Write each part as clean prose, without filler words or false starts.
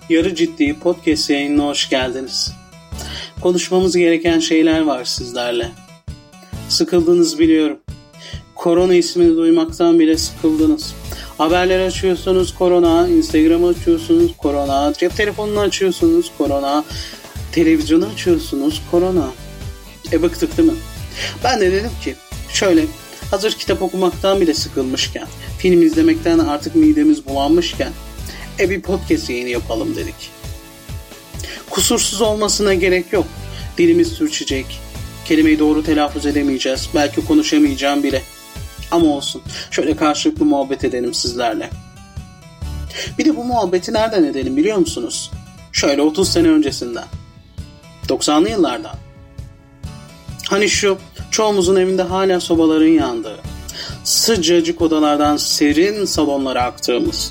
Yarı Ciddi Podcast yayınına hoş geldiniz. Konuşmamız gereken şeyler var sizlerle. Sıkıldınız biliyorum. Korona ismini duymaktan bile sıkıldınız. Haberleri açıyorsunuz korona, Instagram'ı açıyorsunuz korona, cep telefonunu açıyorsunuz korona, televizyonu açıyorsunuz korona. Bıktık değil mi? Ben de dedim ki şöyle, hazır kitap okumaktan bile sıkılmışken, film izlemekten artık midemiz bulanmışken bir podcast yayını yapalım dedik. Kusursuz olmasına gerek yok. Dilimiz sürçecek. Kelimeyi doğru telaffuz edemeyeceğiz. Belki konuşamayacağım bile. Ama olsun. Şöyle karşılıklı muhabbet edelim sizlerle. Bir de bu muhabbeti nereden edelim biliyor musunuz? Şöyle 30 sene öncesinden. 90'lı yıllardan. Hani şu çoğumuzun evinde hala sobaların yandığı, sıcacık odalardan serin salonlara aktığımız,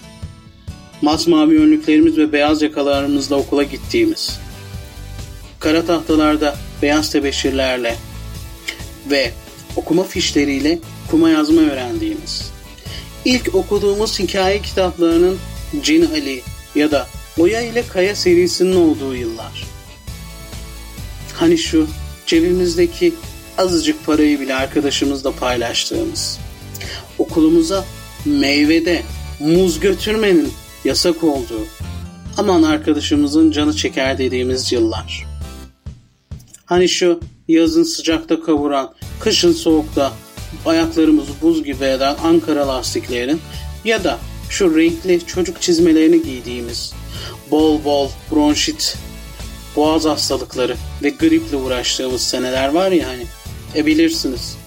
masmavi önlüklerimiz ve beyaz yakalarımızla okula gittiğimiz, kara tahtalarda beyaz tebeşirlerle ve okuma fişleriyle kuma yazma öğrendiğimiz, ilk okuduğumuz hikaye kitaplarının Cin Ali ya da Oya ile Kaya serisinin olduğu yıllar. Hani şu cebimizdeki azıcık parayı bile arkadaşımızla paylaştığımız, okulumuza meyvede muz götürmenin yasak olduğu, aman arkadaşımızın canı çeker dediğimiz yıllar. Hani şu yazın sıcakta kavuran, kışın soğukta ayaklarımızı buz gibi eden Ankara lastiklerin ya da şu renkli çocuk çizmelerini giydiğimiz, bol bol bronşit, boğaz hastalıkları ve griple uğraştığımız seneler var ya hani. Bilirsiniz.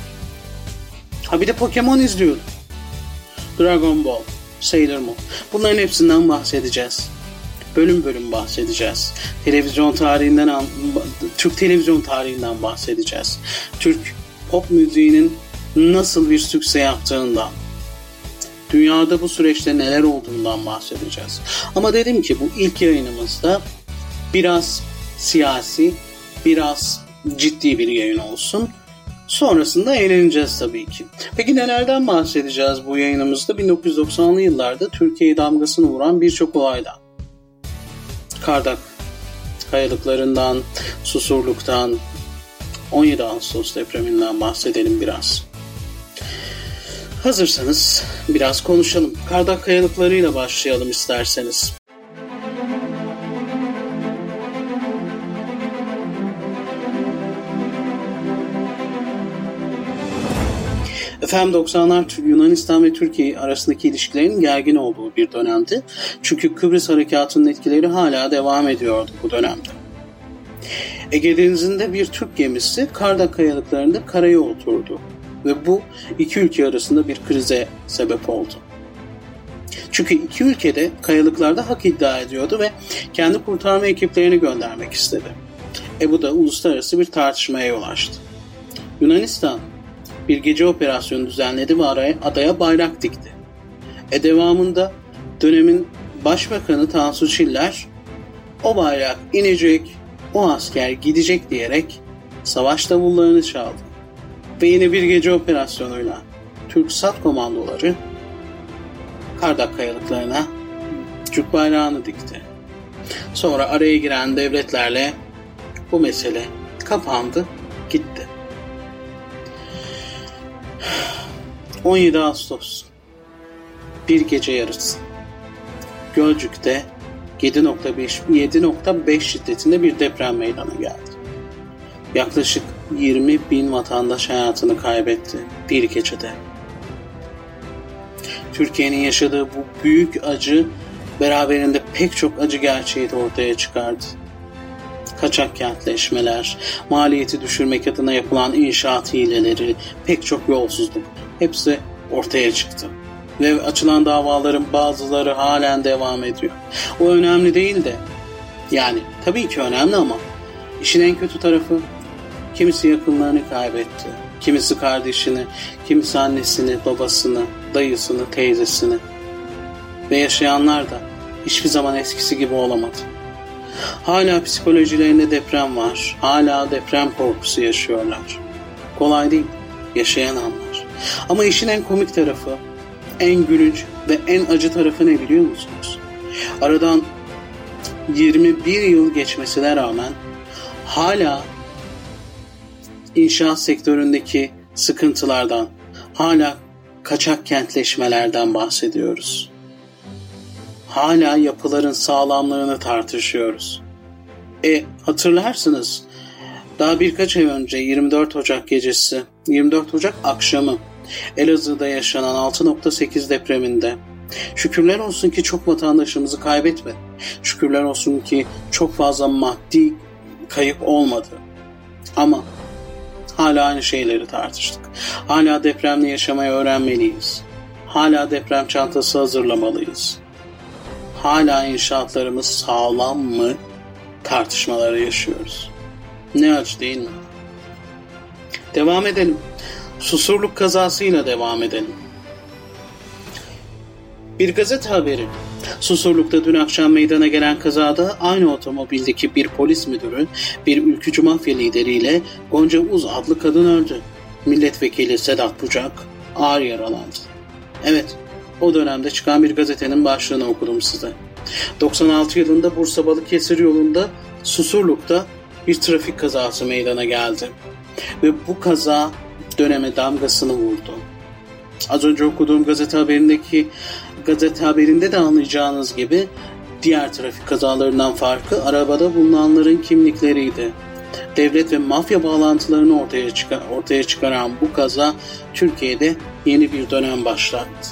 Bir de Pokemon izliyorduk. Dragon Ball, Sailor Moon. Bunların hepsinden bahsedeceğiz. Bölüm bölüm bahsedeceğiz. Türk televizyon tarihinden bahsedeceğiz. Türk pop müziğinin nasıl bir sükse yaptığından, dünyada bu süreçte neler olduğundan bahsedeceğiz. Ama dedim ki bu ilk yayınımızda biraz siyasi, biraz ciddi bir yayın olsun. Sonrasında eğleneceğiz tabii ki. Peki nelerden bahsedeceğiz bu yayınımızda? 1990'lı yıllarda Türkiye'ye damgasını vuran birçok olaydan. Kardak kayalıklarından, Susurluk'tan, 17 Ağustos depreminden bahsedelim biraz. Hazırsanız biraz konuşalım. Kardak kayalıklarıyla başlayalım isterseniz. Efendim 90'lar Yunanistan ve Türkiye arasındaki ilişkilerin gergin olduğu bir dönemdi. Çünkü Kıbrıs Harekatı'nın etkileri hala devam ediyordu bu dönemde. Ege Denizi'nde bir Türk gemisi Kardak kayalıklarında karaya oturdu. Ve bu iki ülke arasında bir krize sebep oldu. Çünkü iki ülke de kayalıklarda hak iddia ediyordu ve kendi kurtarma ekiplerini göndermek istedi. Bu da uluslararası bir tartışmaya yol açtı. Yunanistan bir gece operasyonu düzenledi ve adaya bayrak dikti. Devamında dönemin başbakanı Tansu Çiller o bayrak inecek, o asker gidecek diyerek savaş davullarını çaldı. Ve yine bir gece operasyonuyla Türk SAT komandoları Kardak kayalıklarına Türk bayrağını dikti. Sonra araya giren devletlerle bu mesele kapandı, gitti. 17 Ağustos bir gece yarısı Gölcük'te 7.5 şiddetinde bir deprem meydana geldi. Yaklaşık 20.000 vatandaş hayatını kaybetti bir gecede. Türkiye'nin yaşadığı bu büyük acı beraberinde pek çok acı gerçeği de ortaya çıkardı. Kaçak kentleşmeler, maliyeti düşürmek adına yapılan inşaat hileleri, pek çok yolsuzluk hepsi ortaya çıktı. Ve açılan davaların bazıları halen devam ediyor. O önemli değil de, yani tabii ki önemli ama işin en kötü tarafı kimisi yakınlarını kaybetti. Kimisi kardeşini, kimisi annesini, babasını, dayısını, teyzesini. Ve yaşayanlar da hiçbir zaman eskisi gibi olamadı. Hala psikolojilerinde deprem var. Hala deprem korkusu yaşıyorlar. Kolay değil, yaşayan anlar. Ama işin en komik tarafı, en gülünç ve en acı tarafı ne biliyor musunuz? Aradan 21 yıl geçmesine rağmen hala inşaat sektöründeki sıkıntılardan, hala kaçak kentleşmelerden bahsediyoruz. Hala yapıların sağlamlığını tartışıyoruz. Hatırlarsınız, daha birkaç ay önce 24 Ocak gecesi, 24 Ocak akşamı Elazığ'da yaşanan 6.8 depreminde şükürler olsun ki çok vatandaşımızı kaybetmedi. Şükürler olsun ki çok fazla maddi kayıp olmadı. Ama hala aynı şeyleri tartıştık. Hala depremle yaşamayı öğrenmeliyiz. Hala deprem çantası hazırlamalıyız. Hala inşaatlarımız sağlam mı tartışmaları yaşıyoruz. Ne acı değil mi? Devam edelim. Susurluk kazasıyla devam edelim. Bir gazete haberi. Susurluk'ta dün akşam meydana gelen kazada aynı otomobildeki bir polis müdürü bir ülkücü mafya lideriyle Gonca Uz adlı kadın öldü. Milletvekili Sedat Bucak ağır yaralandı. Evet, o dönemde çıkan bir gazetenin başlığını okudum size. 96 yılında Bursa Balıkesir yolunda Susurluk'ta bir trafik kazası meydana geldi. Ve bu kaza döneme damgasını vurdu. Az önce okuduğum gazete haberinde de anlayacağınız gibi diğer trafik kazalarından farkı arabada bulunanların kimlikleriydi. Devlet ve mafya bağlantılarını ortaya çıkaran bu kaza Türkiye'de yeni bir dönem başlattı.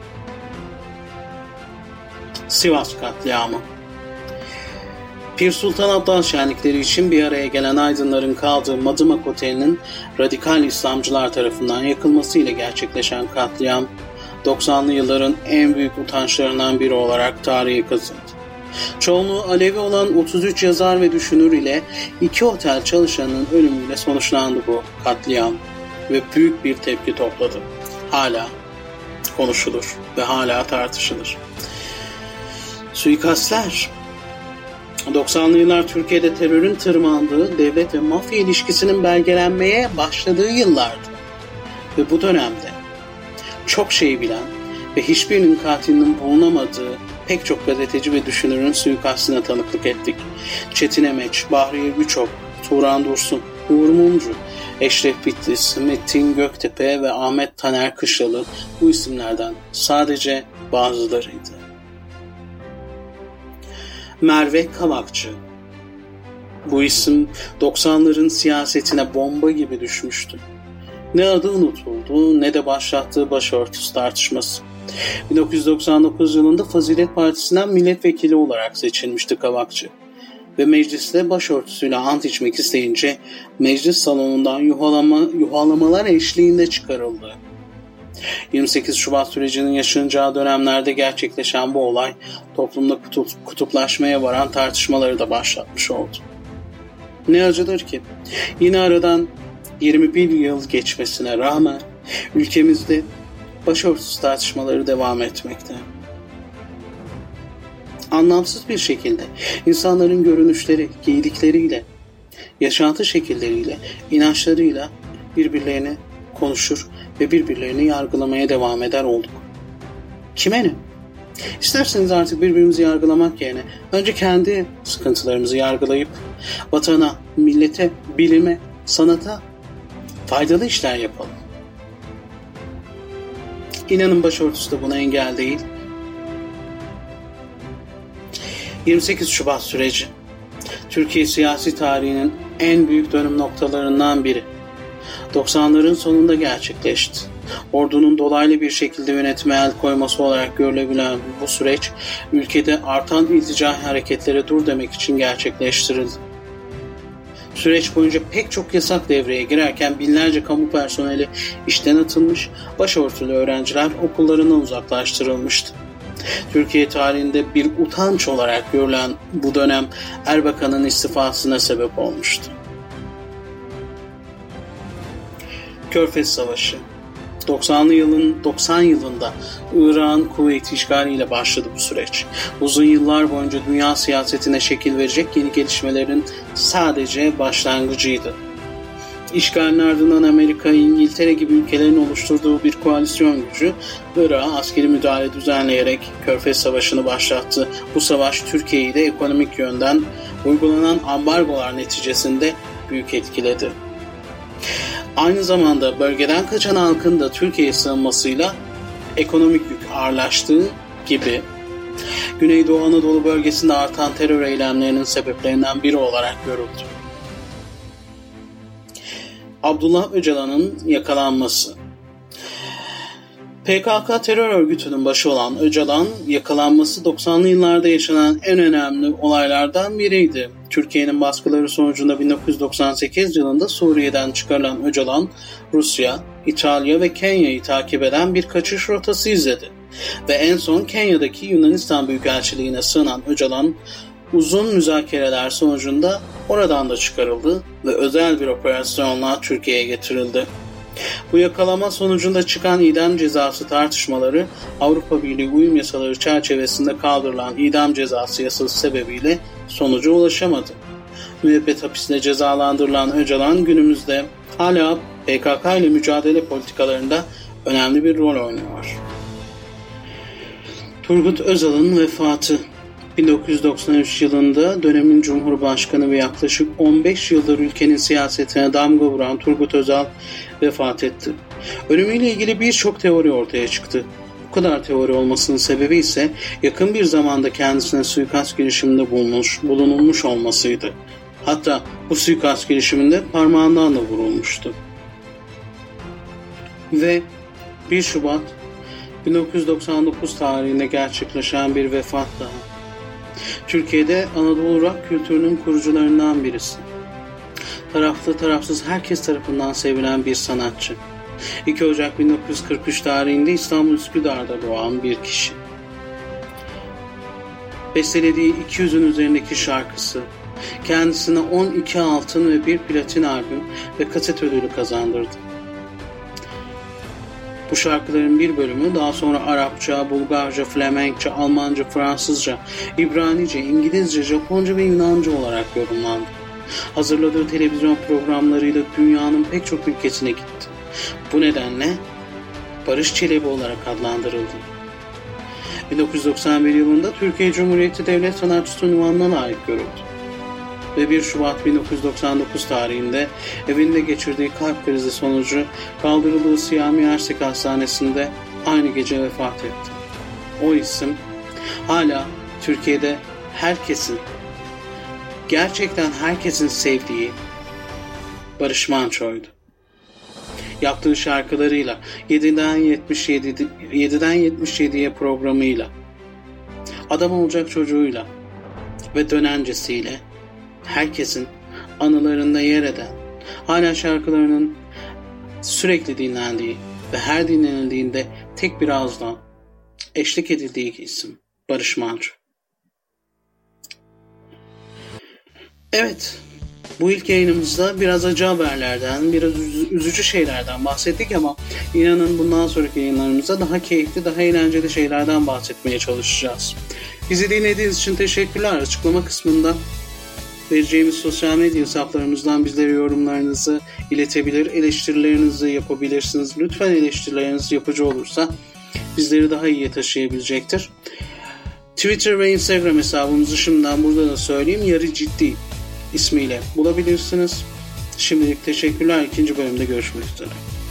Sivas katliamı. Pir Sultan Abdal şenlikleri için bir araya gelen aydınların kaldığı Madımak Oteli'nin radikal İslamcılar tarafından yakılmasıyla gerçekleşen katliam, 90'lı yılların en büyük utançlarından biri olarak tarihe kazındı. Çoğunluğu Alevi olan 33 yazar ve düşünür ile 2 otel çalışanının ölümüyle sonuçlandı bu katliam ve büyük bir tepki topladı. Hala konuşulur ve hala tartışılır. Suikastler. 90'lı yıllar Türkiye'de terörün tırmandığı, devlet ve mafya ilişkisinin belgelenmeye başladığı yıllardı. Ve bu dönemde çok şey bilen ve hiçbirinin katilinin bulunamadığı pek çok gazeteci ve düşünürün suikastine tanıklık ettik. Çetin Emeç, Bahriye Güçok, Turan Dursun, Uğur Mumcu, Eşref Bitlis, Metin Göktepe ve Ahmet Taner Kışlalı bu isimlerden sadece bazılarıydı. Merve Kavakçı. Bu isim 90'ların siyasetine bomba gibi düşmüştü. Ne adı unutuldu ne de başlattığı başörtüsü tartışması. 1999 yılında Fazilet Partisi'nden milletvekili olarak seçilmişti Kavakçı. Ve mecliste başörtüsüyle ant içmek isteyince meclis salonundan yuhalamalar eşliğinde çıkarıldı. 28 Şubat sürecinin yaşanacağı dönemlerde gerçekleşen bu olay toplumda kutuplaşmaya varan tartışmaları da başlatmış oldu. Ne acıdır ki yine aradan 21 yıl geçmesine rağmen ülkemizde başörtüsü tartışmaları devam etmekte. Anlamsız bir şekilde insanların görünüşleri, giydikleriyle, yaşantı şekilleriyle, inançlarıyla birbirlerini konuşur ve birbirlerini yargılamaya devam eder olduk. Kime ne? İsterseniz artık birbirimizi yargılamak yerine önce kendi sıkıntılarımızı yargılayıp vatana, millete, bilime, sanata faydalı işler yapalım. İnanın başörtüsü de buna engel değil. 28 Şubat süreci Türkiye siyasi tarihinin en büyük dönüm noktalarından biri. 90'ların sonunda gerçekleşti. Ordunun dolaylı bir şekilde yönetime el koyması olarak görülebilen bu süreç, ülkede artan iltica hareketlere dur demek için gerçekleştirildi. Süreç boyunca pek çok yasak devreye girerken binlerce kamu personeli işten atılmış, başörtülü öğrenciler okullarından uzaklaştırılmıştı. Türkiye tarihinde bir utanç olarak görülen bu dönem Erbakan'ın istifasına sebep olmuştu. Körfez Savaşı 90 yılında Irak'ın Kuveyt işgaliyle başladı bu süreç. Uzun yıllar boyunca dünya siyasetine şekil verecek yeni gelişmelerin sadece başlangıcıydı. İşgalin ardından Amerika, İngiltere gibi ülkelerin oluşturduğu bir koalisyon gücü Irak'a askeri müdahale düzenleyerek Körfez Savaşı'nı başlattı. Bu savaş Türkiye'yi de ekonomik yönden uygulanan ambargolar neticesinde büyük etkiledi. Aynı zamanda bölgeden kaçan halkın da Türkiye'ye sığınmasıyla ekonomik yük ağırlaştığı gibi Güneydoğu Anadolu bölgesinde artan terör eylemlerinin sebeplerinden biri olarak görüldü. Abdullah Öcalan'ın yakalanması. PKK terör örgütünün başı olan Öcalan yakalanması 90'lı yıllarda yaşanan en önemli olaylardan biriydi. Türkiye'nin baskıları sonucunda 1998 yılında Suriye'den çıkarılan Öcalan, Rusya, İtalya ve Kenya'yı takip eden bir kaçış rotası izledi. Ve en son Kenya'daki Yunanistan Büyükelçiliğine sığınan Öcalan, uzun müzakereler sonucunda oradan da çıkarıldı ve özel bir operasyonla Türkiye'ye getirildi. Bu yakalama sonucunda çıkan idam cezası tartışmaları Avrupa Birliği uyum yasaları çerçevesinde kaldırılan idam cezası yasası sebebiyle sonuca ulaşamadı. Müebbet hapisle cezalandırılan Öcalan günümüzde hala PKK ile mücadele politikalarında önemli bir rol oynuyor. Turgut Özal'ın vefatı. 1993 yılında dönemin Cumhurbaşkanı ve yaklaşık 15 yıldır ülkenin siyasetine damga vuran Turgut Özal vefat etti. Ölümüyle ilgili birçok teori ortaya çıktı. Bu kadar teori olmasının sebebi ise yakın bir zamanda kendisine suikast girişiminde bulunulmuş olmasıydı. Hatta bu suikast girişiminde parmağından da vurulmuştu. Ve 1 Şubat 1999 tarihinde gerçekleşen bir vefat daha. Türkiye'de Anadolu rock kültürünün kurucularından birisi. Taraflı tarafsız herkes tarafından sevilen bir sanatçı. 2 Ocak 1943 tarihinde İstanbul Üsküdar'da doğan bir kişi. Bestelediği 200'ün üzerindeki şarkısı, kendisine 12 altın ve 1 platin albüm ve kaset ödülü kazandırdı. Bu şarkıların bir bölümü daha sonra Arapça, Bulgarca, Flemenkçe, Almanca, Fransızca, İbranice, İngilizce, Japonca ve Yunanca olarak yorumlandı. Hazırladığı televizyon programlarıyla dünyanın pek çok ülkesine gitti. Bu nedenle Barış Çelebi olarak adlandırıldı. 1991 yılında Türkiye Cumhuriyeti Devlet Sanatçısı unvanına layık görüldü. Ve 1 Şubat 1999 tarihinde evinde geçirdiği kalp krizi sonucu kaldırıldığı Siyami Ersek Hastanesi'nde aynı gece vefat etti. O isim hala Türkiye'de herkesin, gerçekten herkesin sevdiği Barış Manço'ydu. Yaptığı şarkılarıyla 7'den 77'ye programıyla, Adam Olacak Çocuğuyla ve Dönencesiyle herkesin anılarında yer eden, hala şarkılarının sürekli dinlendiği ve her dinlenildiğinde tek bir ağızdan eşlik edildiği isim Barış Manço. Evet, bu ilk yayınımızda biraz acı haberlerden, biraz üzücü şeylerden bahsettik ama inanın bundan sonraki yayınlarımızda daha keyifli, daha eğlenceli şeylerden bahsetmeye çalışacağız. Bizi dinlediğiniz için teşekkürler. Açıklama kısmında vereceğimiz sosyal medya hesaplarımızdan bizlere yorumlarınızı iletebilir, eleştirilerinizi yapabilirsiniz. Lütfen eleştirileriniz yapıcı olursa bizleri daha iyiye taşıyabilecektir. Twitter ve Instagram hesabımızı şimdiden burada da söyleyeyim. Yarı Ciddi ismiyle bulabilirsiniz. Şimdilik teşekkürler. 2. bölümde görüşmek üzere.